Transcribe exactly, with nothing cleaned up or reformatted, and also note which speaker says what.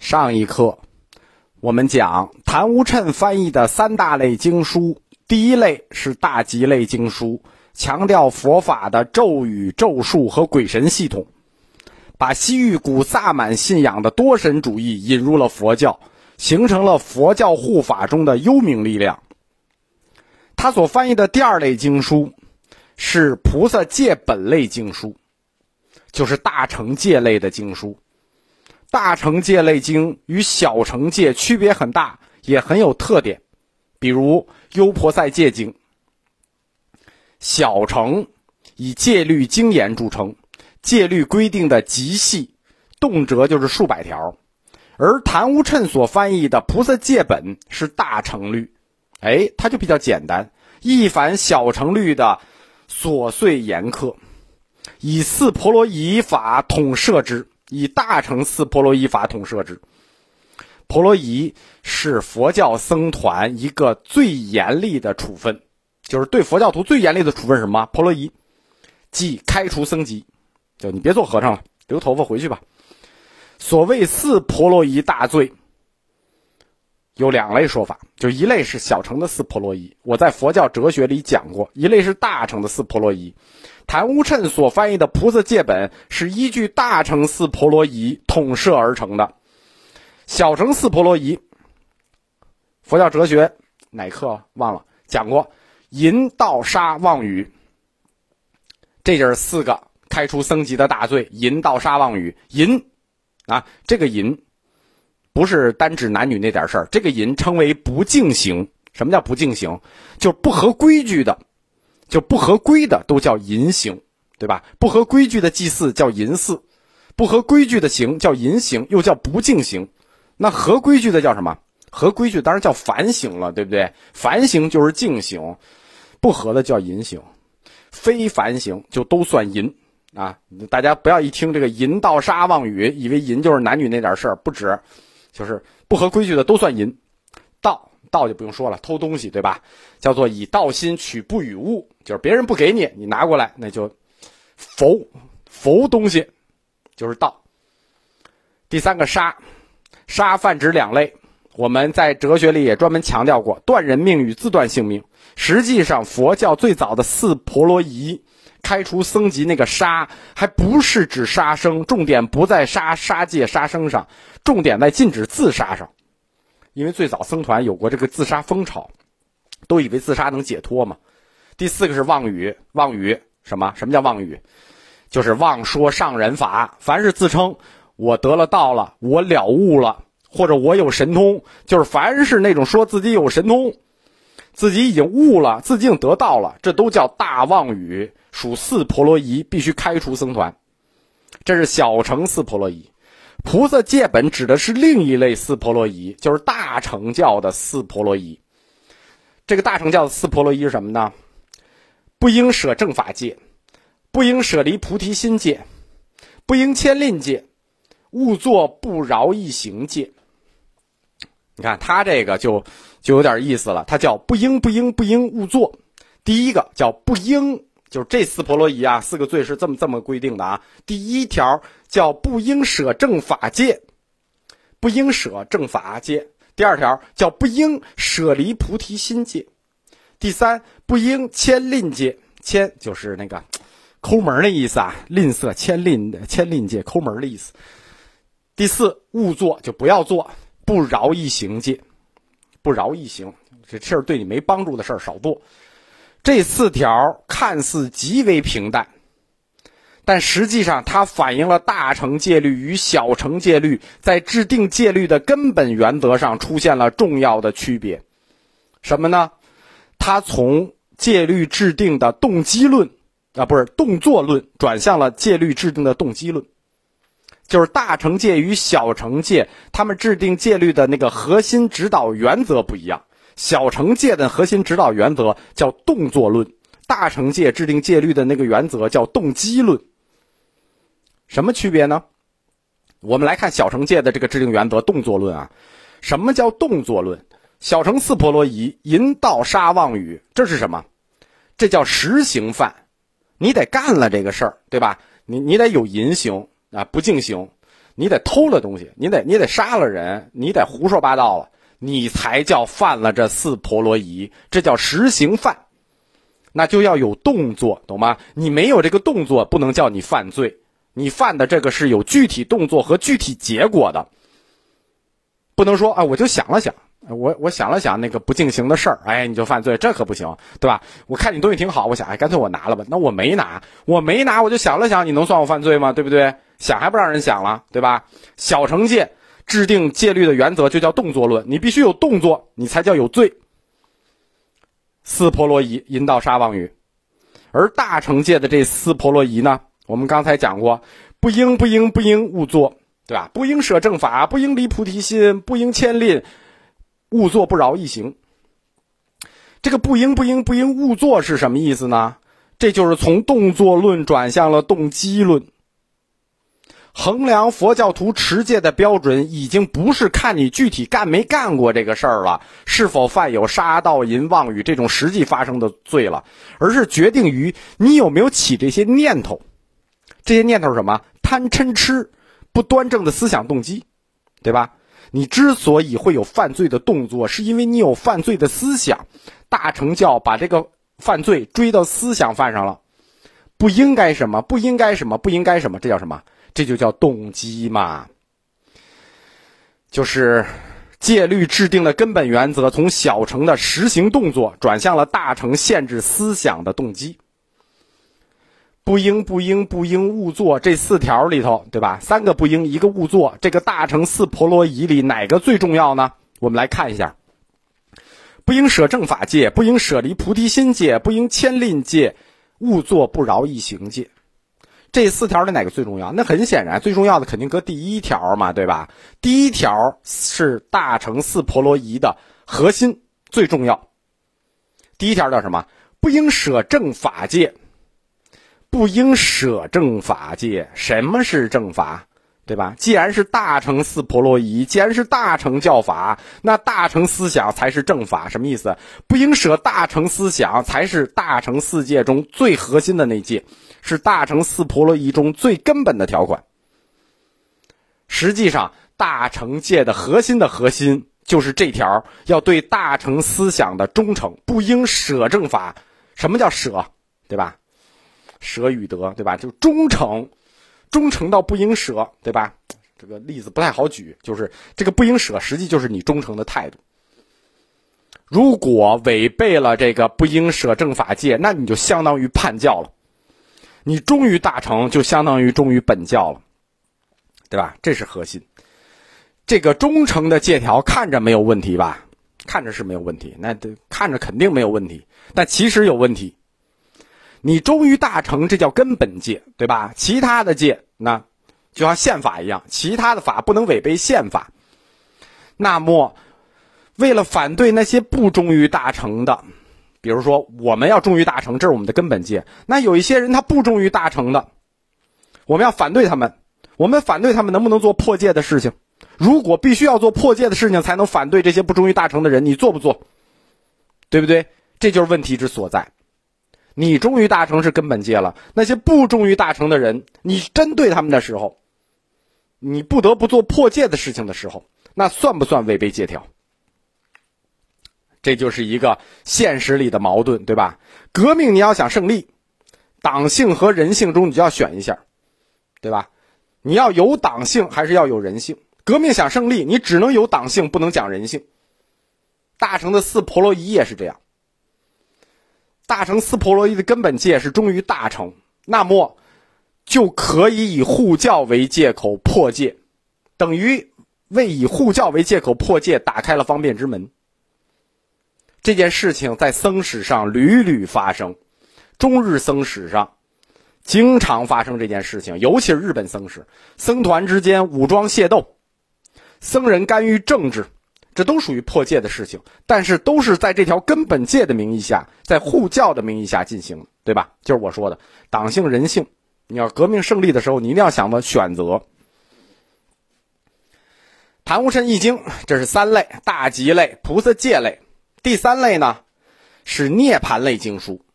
Speaker 1: 上一课我们讲谭无谶翻译的三大类经书，第一类是大集类经书，强调佛法的咒语、咒术和鬼神系统，把西域古萨满信仰的多神主义引入了佛教，形成了佛教护法中的幽冥力量。他所翻译的第二类经书是菩萨戒本类经书，就是大乘戒类的经书。大乘戒类经与小乘戒区别很大，也很有特点。比如优婆塞戒经，小乘以戒律精严著称，戒律规定的极细，动辄就是数百条。而谭无谶所翻译的菩萨戒本是大乘律，哎，它就比较简单，一反小乘律的琐碎严苛，以四婆罗夷法统摄之，以大乘四婆罗夷法统摄之。婆罗夷是佛教僧团一个最严厉的处分，就是对佛教徒最严厉的处分是什么？婆罗夷，即开除僧籍，就你别做和尚了，留头发回去吧。所谓四婆罗夷大罪有两类说法，就一类是小乘的四婆罗夷，我在佛教哲学里讲过，一类是大乘的四婆罗夷。谭无谶所翻译的菩萨戒本是依据大乘四婆罗夷统摄而成的。小乘四婆罗夷，佛教哲学哪课忘了讲过，淫盗杀妄语，这就是四个开除僧籍的大罪。淫盗杀妄语，淫啊，这个淫不是单指男女那点事儿，这个淫称为不净行。什么叫不净行？就是不合规矩的，就不合规的都叫淫行，对吧？不合规矩的祭祀叫淫祀，不合规矩的行叫淫行，又叫不净行。那合规矩的叫什么？合规矩当然叫梵行了，对不对？梵行就是净行，不合的叫淫行，非梵行就都算淫啊！大家不要一听这个淫盗杀妄语，以为淫就是男女那点事儿，不止，就是不合规矩的都算淫。盗盗就不用说了，偷东西，对吧？叫做以盗心取不与物，就是别人不给你，你拿过来，那就否否东西，就是盗。第三个杀，杀泛指两类，我们在哲学里也专门强调过，断人命与自断性命。实际上佛教最早的四婆罗夷开除僧籍那个杀，还不是指杀生，重点不在杀杀戒杀生上，重点在禁止自杀上。因为最早僧团有过这个自杀风潮，都以为自杀能解脱嘛。第四个是妄语，妄语什么？什么叫妄语？就是妄说上人法，凡是自称我得了道了，我了悟了，或者我有神通，就是凡是那种说自己有神通，自己已经悟了，自己已经得道了，这都叫大妄语，属四婆罗夷，必须开除僧团。这是小乘四婆罗夷。菩萨戒本指的是另一类四婆罗夷，就是大乘教的四婆罗夷。这个大乘教的四婆罗夷是什么呢？不应舍正法戒，不应舍离菩提心戒，不应牵令戒，勿作不饶益行戒。你看他这个就就有点意思了，他叫不应不应不应勿作。第一个叫不应，就是这四婆罗夷啊，四个罪是这么这么规定的啊。第一条叫不应舍正法戒，不应舍正法戒。第二条叫不应舍离菩提心戒。第三，不应牵令戒，牵就是那个抠门的意思啊，吝啬牵令的牵令戒，抠门的意思。第四，勿做就不要做，不饶益行戒，不饶益行，这事儿对你没帮助的事儿少做。这四条看似极为平淡，但实际上它反映了大乘戒律与小乘戒律在制定戒律的根本原则上出现了重要的区别。什么呢？它从戒律制定的动机论啊，不是动作论，转向了戒律制定的动机论。就是大乘戒与小乘戒，他们制定戒律的那个核心指导原则不一样。小乘戒的核心指导原则叫动作论，大乘戒制定戒律的那个原则叫动机论。什么区别呢？我们来看小乘戒的这个制定原则动作论啊。什么叫动作论？小乘四婆罗夷，淫盗杀妄语，这是什么？这叫实行犯，你得干了这个事儿，对吧？你你得有淫行啊，不净行。 你得偷了东西，你得你得杀了人，你得胡说八道了，你才叫犯了这四婆罗夷，这叫实行犯。那就要有动作，懂吗？你没有这个动作，不能叫你犯罪。你犯的这个是有具体动作和具体结果的，不能说啊，我就想了想，我我想了想那个不敬行的事儿，哎，你就犯罪，这可不行，对吧？我看你东西挺好，我想，哎，干脆我拿了吧。那我没拿，我没拿，我就想了想，你能算我犯罪吗？对不对？想还不让人想了，对吧？小乘戒制定戒律的原则就叫动作论，你必须有动作，你才叫有罪。四婆罗夷，淫盗杀妄语。而大乘戒的这四婆罗夷呢，我们刚才讲过，不应不应不应勿作，对吧？不应舍正法，不应离菩提心，不应牵吝，勿作不饶一行。这个不应不应不应勿作是什么意思呢？这就是从动作论转向了动机论。衡量佛教徒持戒的标准已经不是看你具体干没干过这个事儿了，是否犯有杀盗淫妄语这种实际发生的罪了，而是决定于你有没有起这些念头。这些念头是什么？贪嗔痴，不端正的思想动机，对吧？你之所以会有犯罪的动作，是因为你有犯罪的思想。大乘教把这个犯罪追到思想犯上了，不应该什么，不应该什么，不应该什么，这叫什么？这就叫动机嘛。就是戒律制定的根本原则，从小乘的实行动作转向了大乘限制思想的动机。不应不应不应勿作这四条里头，对吧？三个不应，一个勿作，这个大乘四婆罗夷里哪个最重要呢？我们来看一下。不应舍正法戒，不应舍离菩提心戒，不应牵吝戒，勿作不饶一行戒。这四条的哪个最重要？那很显然最重要的肯定搁第一条嘛，对吧？第一条是大乘四婆罗夷的核心，最重要。第一条叫什么？不应舍正法戒。不应舍正法戒。什么是正法？对吧？既然是大乘四婆罗夷，既然是大乘教法，那大乘思想才是正法。什么意思？不应舍大乘思想才是大乘四戒中最核心的那戒，是大乘四婆罗夷中最根本的条款。实际上大乘戒的核心的核心就是这条，要对大乘思想的忠诚，不应舍正法。什么叫舍？对吧？舍与得，对吧？就忠诚，忠诚到不应舍，对吧？这个例子不太好举，就是这个不应舍实际就是你忠诚的态度。如果违背了这个不应舍正法戒，那你就相当于叛教了。你忠于大乘就相当于忠于本教了，对吧？这是核心。这个忠诚的戒条看着没有问题吧？看着是没有问题，那看着肯定没有问题，但其实有问题。你忠于大乘，这叫根本戒，对吧？其他的戒，那就像宪法一样，其他的法不能违背宪法。那么为了反对那些不忠于大乘的，比如说我们要忠于大乘，这是我们的根本戒，那有一些人他不忠于大乘的，我们要反对他们。我们反对他们能不能做破戒的事情？如果必须要做破戒的事情才能反对这些不忠于大乘的人，你做不做？对不对？这就是问题之所在。你忠于大乘是根本戒了，那些不忠于大乘的人，你针对他们的时候，你不得不做破戒的事情的时候，那算不算违背戒条？这就是一个现实里的矛盾，对吧？革命你要想胜利，党性和人性中你就要选一下，对吧？你要有党性还是要有人性？革命想胜利，你只能有党性，不能讲人性。大乘的四婆罗夷也是这样。大乘四婆罗夷的根本戒是忠于大乘，那么就可以以护教为借口破戒，等于为以护教为借口破戒打开了方便之门。这件事情在僧史上屡屡发生，中日僧史上经常发生这件事情，尤其是日本僧史，僧团之间武装械斗，僧人干预政治，这都属于破戒的事情，但是都是在这条根本戒的名义下，在护教的名义下进行，对吧？就是我说的党性人性，你要革命胜利的时候，你一定要想到选择。谈无谶易经，这是三类：大集类、菩萨戒类。第三类呢是涅盘类经书。